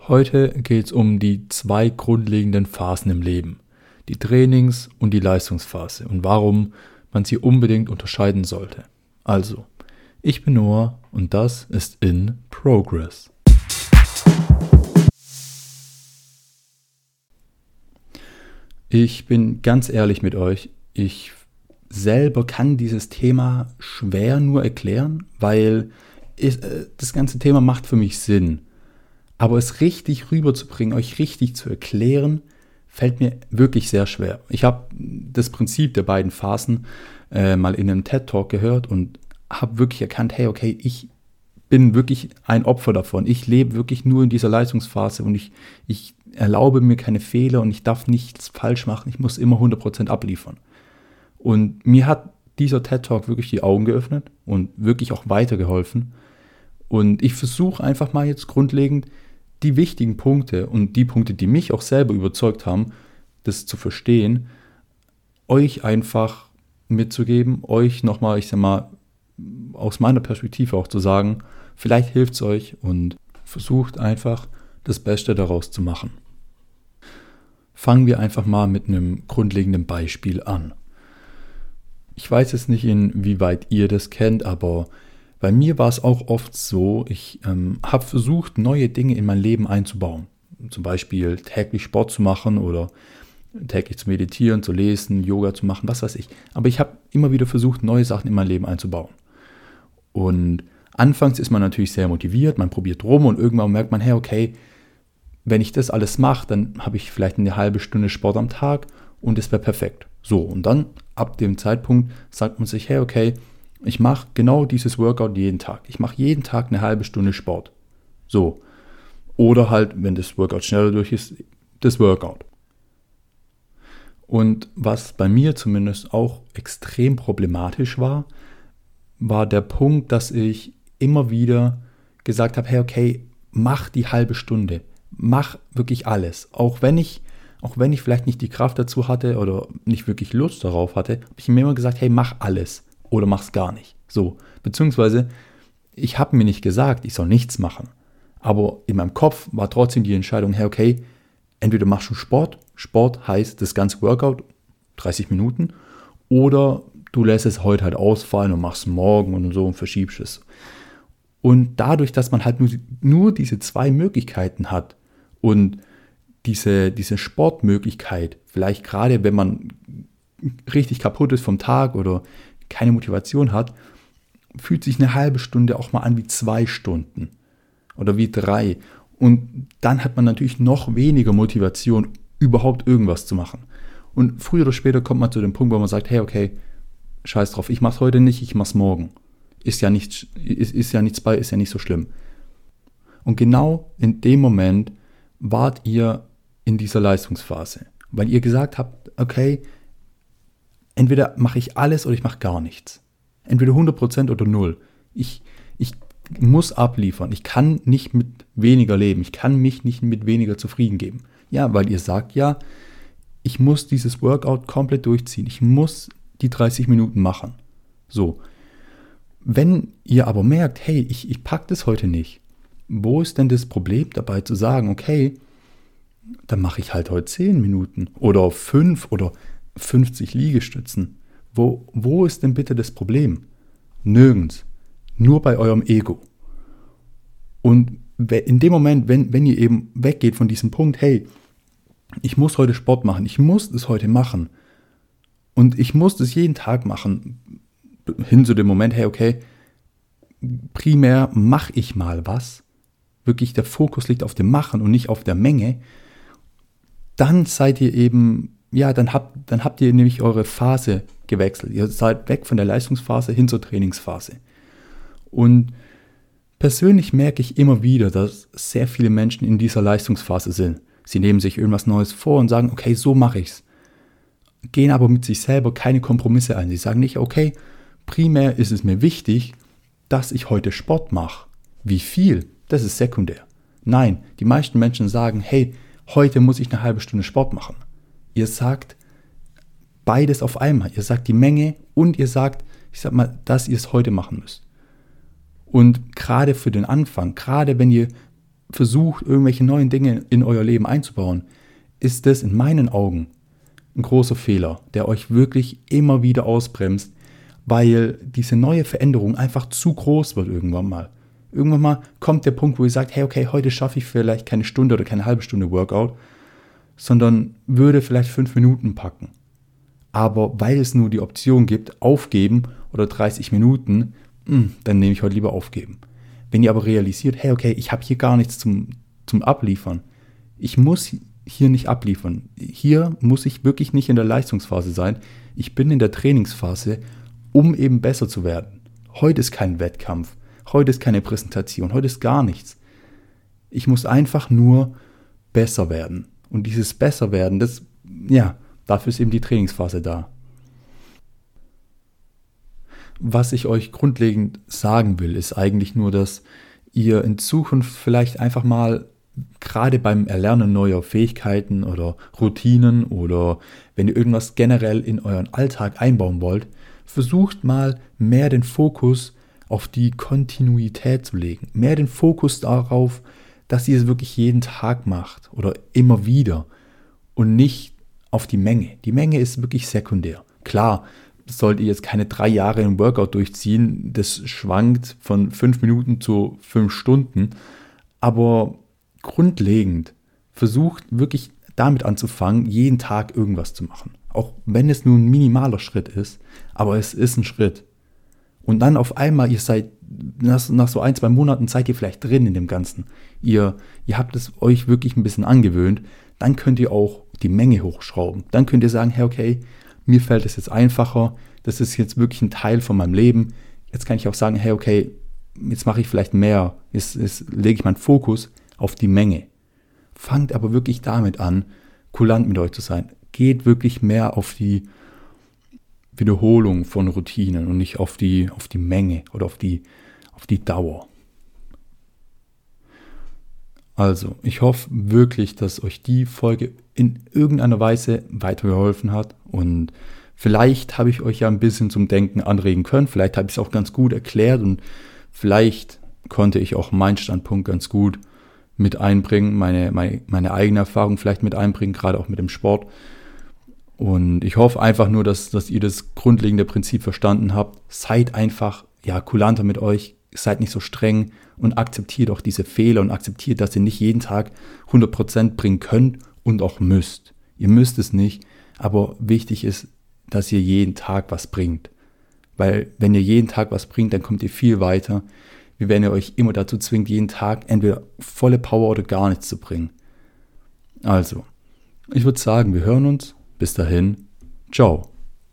Heute geht es um die 2 grundlegenden Phasen im Leben, die Trainings- und die Leistungsphase und warum man sie unbedingt unterscheiden sollte. Also, ich bin Noah und das ist In Progress. Ich bin ganz ehrlich mit euch, ich selber kann dieses Thema schwer nur erklären, weil das ganze Thema macht für mich Sinn. Aber es richtig rüberzubringen, euch richtig zu erklären, fällt mir wirklich sehr schwer. Ich habe das Prinzip der beiden Phasen mal in einem TED-Talk gehört und habe wirklich erkannt, hey, okay, ich bin wirklich ein Opfer davon. Ich lebe wirklich nur in dieser Leistungsphase und ich erlaube mir keine Fehler und ich darf nichts falsch machen. Ich muss immer 100% abliefern. Und mir hat dieser TED-Talk wirklich die Augen geöffnet und wirklich auch weitergeholfen. Und ich versuche einfach mal jetzt grundlegend die wichtigen Punkte und die Punkte, die mich auch selber überzeugt haben, das zu verstehen, euch einfach mitzugeben, euch nochmal, ich sag mal, aus meiner Perspektive auch zu sagen, vielleicht hilft es euch und versucht einfach das Beste daraus zu machen. Fangen wir einfach mal mit einem grundlegenden Beispiel an. Ich weiß jetzt nicht, inwieweit ihr das kennt, aber bei mir war es auch oft so, ich habe versucht, neue Dinge in mein Leben einzubauen. Zum Beispiel täglich Sport zu machen oder täglich zu meditieren, zu lesen, Yoga zu machen, was weiß ich. Aber ich habe immer wieder versucht, neue Sachen in mein Leben einzubauen. Und anfangs ist man natürlich sehr motiviert, man probiert rum und irgendwann merkt man, hey, okay, wenn ich das alles mache, dann habe ich vielleicht eine halbe Stunde Sport am Tag und es wäre perfekt. So, und dann ab dem Zeitpunkt sagt man sich, hey, okay, ich mache genau dieses Workout jeden Tag. Ich mache jeden Tag eine halbe Stunde Sport. So. Oder halt, wenn das Workout schneller durch ist, das Workout. Und was bei mir zumindest auch extrem problematisch war der Punkt, dass ich immer wieder gesagt habe, hey, okay, mach die halbe Stunde. Mach wirklich alles. Auch wenn ich vielleicht nicht die Kraft dazu hatte oder nicht wirklich Lust darauf hatte, habe ich mir immer gesagt, hey, mach alles. Oder mach's gar nicht. So, beziehungsweise, ich habe mir nicht gesagt, ich soll nichts machen. Aber in meinem Kopf war trotzdem die Entscheidung, hey, okay, entweder machst du Sport, Sport heißt das ganze Workout, 30 Minuten, oder du lässt es heute halt ausfallen und machst morgen und so und verschiebst es. Und dadurch, dass man halt nur diese 2 Möglichkeiten hat und diese Sportmöglichkeit, vielleicht gerade wenn man richtig kaputt ist vom Tag oder keine Motivation hat, fühlt sich eine halbe Stunde auch mal an wie 2 Stunden oder wie 3. Und dann hat man natürlich noch weniger Motivation, überhaupt irgendwas zu machen. Und früher oder später kommt man zu dem Punkt, wo man sagt, hey, okay, scheiß drauf, ich mach's heute nicht, ich mach's morgen. Ist ja nichts bei, ist ja nicht so schlimm. Und genau in dem Moment wart ihr in dieser Leistungsphase, weil ihr gesagt habt, okay, entweder mache ich alles oder ich mache gar nichts. Entweder 100% oder 0. Ich muss abliefern. Ich kann nicht mit weniger leben. Ich kann mich nicht mit weniger zufrieden geben. Ja, weil ihr sagt ja, ich muss dieses Workout komplett durchziehen. Ich muss die 30 Minuten machen. So. Wenn ihr aber merkt, hey, ich packe das heute nicht, wo ist denn das Problem dabei zu sagen, okay, dann mache ich halt heute 10 Minuten oder 5 oder 50 Liegestützen. Wo ist denn bitte das Problem? Nirgends. Nur bei eurem Ego. Und in dem Moment, wenn ihr eben weggeht von diesem Punkt, hey, ich muss heute Sport machen, ich muss das heute machen und ich muss das jeden Tag machen, hin zu dem Moment, hey, okay, primär mache ich mal was, wirklich der Fokus liegt auf dem Machen und nicht auf der Menge, dann seid ihr eben, ja, dann habt ihr nämlich eure Phase gewechselt. Ihr seid weg von der Leistungsphase hin zur Trainingsphase. Und persönlich merke ich immer wieder, dass sehr viele Menschen in dieser Leistungsphase sind. Sie nehmen sich irgendwas Neues vor und sagen, okay, so mache ich's. Gehen aber mit sich selber keine Kompromisse ein. Sie sagen nicht, okay, primär ist es mir wichtig, dass ich heute Sport mache. Wie viel? Das ist sekundär. Nein, die meisten Menschen sagen, hey, heute muss ich eine halbe Stunde Sport machen. Ihr sagt beides auf einmal. Ihr sagt die Menge und ihr sagt, ich sag mal, dass ihr es heute machen müsst. Und gerade für den Anfang, gerade wenn ihr versucht, irgendwelche neuen Dinge in euer Leben einzubauen, ist das in meinen Augen ein großer Fehler, der euch wirklich immer wieder ausbremst, weil diese neue Veränderung einfach zu groß wird irgendwann mal. Irgendwann mal kommt der Punkt, wo ihr sagt, hey, okay, heute schaffe ich vielleicht keine Stunde oder keine halbe Stunde Workout, sondern würde vielleicht 5 Minuten packen. Aber weil es nur die Option gibt, aufgeben oder 30 Minuten, dann nehme ich heute lieber aufgeben. Wenn ihr aber realisiert, hey, okay, ich habe hier gar nichts zum Abliefern. Ich muss hier nicht abliefern. Hier muss ich wirklich nicht in der Leistungsphase sein. Ich bin in der Trainingsphase, um eben besser zu werden. Heute ist kein Wettkampf. Heute ist keine Präsentation. Heute ist gar nichts. Ich muss einfach nur besser werden. Und dieses Besserwerden, dafür ist eben die Trainingsphase da. Was ich euch grundlegend sagen will, ist eigentlich nur, dass ihr in Zukunft vielleicht einfach mal gerade beim Erlernen neuer Fähigkeiten oder Routinen oder wenn ihr irgendwas generell in euren Alltag einbauen wollt, versucht mal mehr den Fokus auf die Kontinuität zu legen. Mehr den Fokus darauf, dass ihr es wirklich jeden Tag macht oder immer wieder und nicht auf die Menge. Die Menge ist wirklich sekundär. Klar, solltet ihr jetzt keine 3 Jahre im Workout durchziehen, das schwankt von 5 Minuten zu 5 Stunden, aber grundlegend versucht wirklich damit anzufangen, jeden Tag irgendwas zu machen. Auch wenn es nur ein minimaler Schritt ist, aber es ist ein Schritt. Und dann auf einmal, ihr seid, nach so 1-2 Monaten seid ihr vielleicht drin in dem Ganzen. Ihr habt es euch wirklich ein bisschen angewöhnt, dann könnt ihr auch die Menge hochschrauben. Dann könnt ihr sagen, hey, okay, mir fällt es jetzt einfacher, das ist jetzt wirklich ein Teil von meinem Leben. Jetzt kann ich auch sagen, hey, okay, jetzt mache ich vielleicht mehr, jetzt lege ich meinen Fokus auf die Menge. Fangt aber wirklich damit an, kulant mit euch zu sein. Geht wirklich mehr auf die Wiederholung von Routinen und nicht auf die Menge oder auf die Dauer. Also, ich hoffe wirklich, dass euch die Folge in irgendeiner Weise weitergeholfen hat und vielleicht habe ich euch ja ein bisschen zum Denken anregen können, vielleicht habe ich es auch ganz gut erklärt und vielleicht konnte ich auch meinen Standpunkt ganz gut mit einbringen, meine eigene Erfahrung vielleicht mit einbringen, gerade auch mit dem Sport. Und ich hoffe einfach nur, dass ihr das grundlegende Prinzip verstanden habt. Seid einfach kulanter mit euch, seid nicht so streng und akzeptiert auch diese Fehler und akzeptiert, dass ihr nicht jeden Tag 100% bringen könnt und auch müsst. Ihr müsst es nicht, aber wichtig ist, dass ihr jeden Tag was bringt. Weil wenn ihr jeden Tag was bringt, dann kommt ihr viel weiter, wie wenn ihr euch immer dazu zwingt, jeden Tag entweder volle Power oder gar nichts zu bringen. Also, ich würde sagen, wir hören uns. Bis dahin, ciao.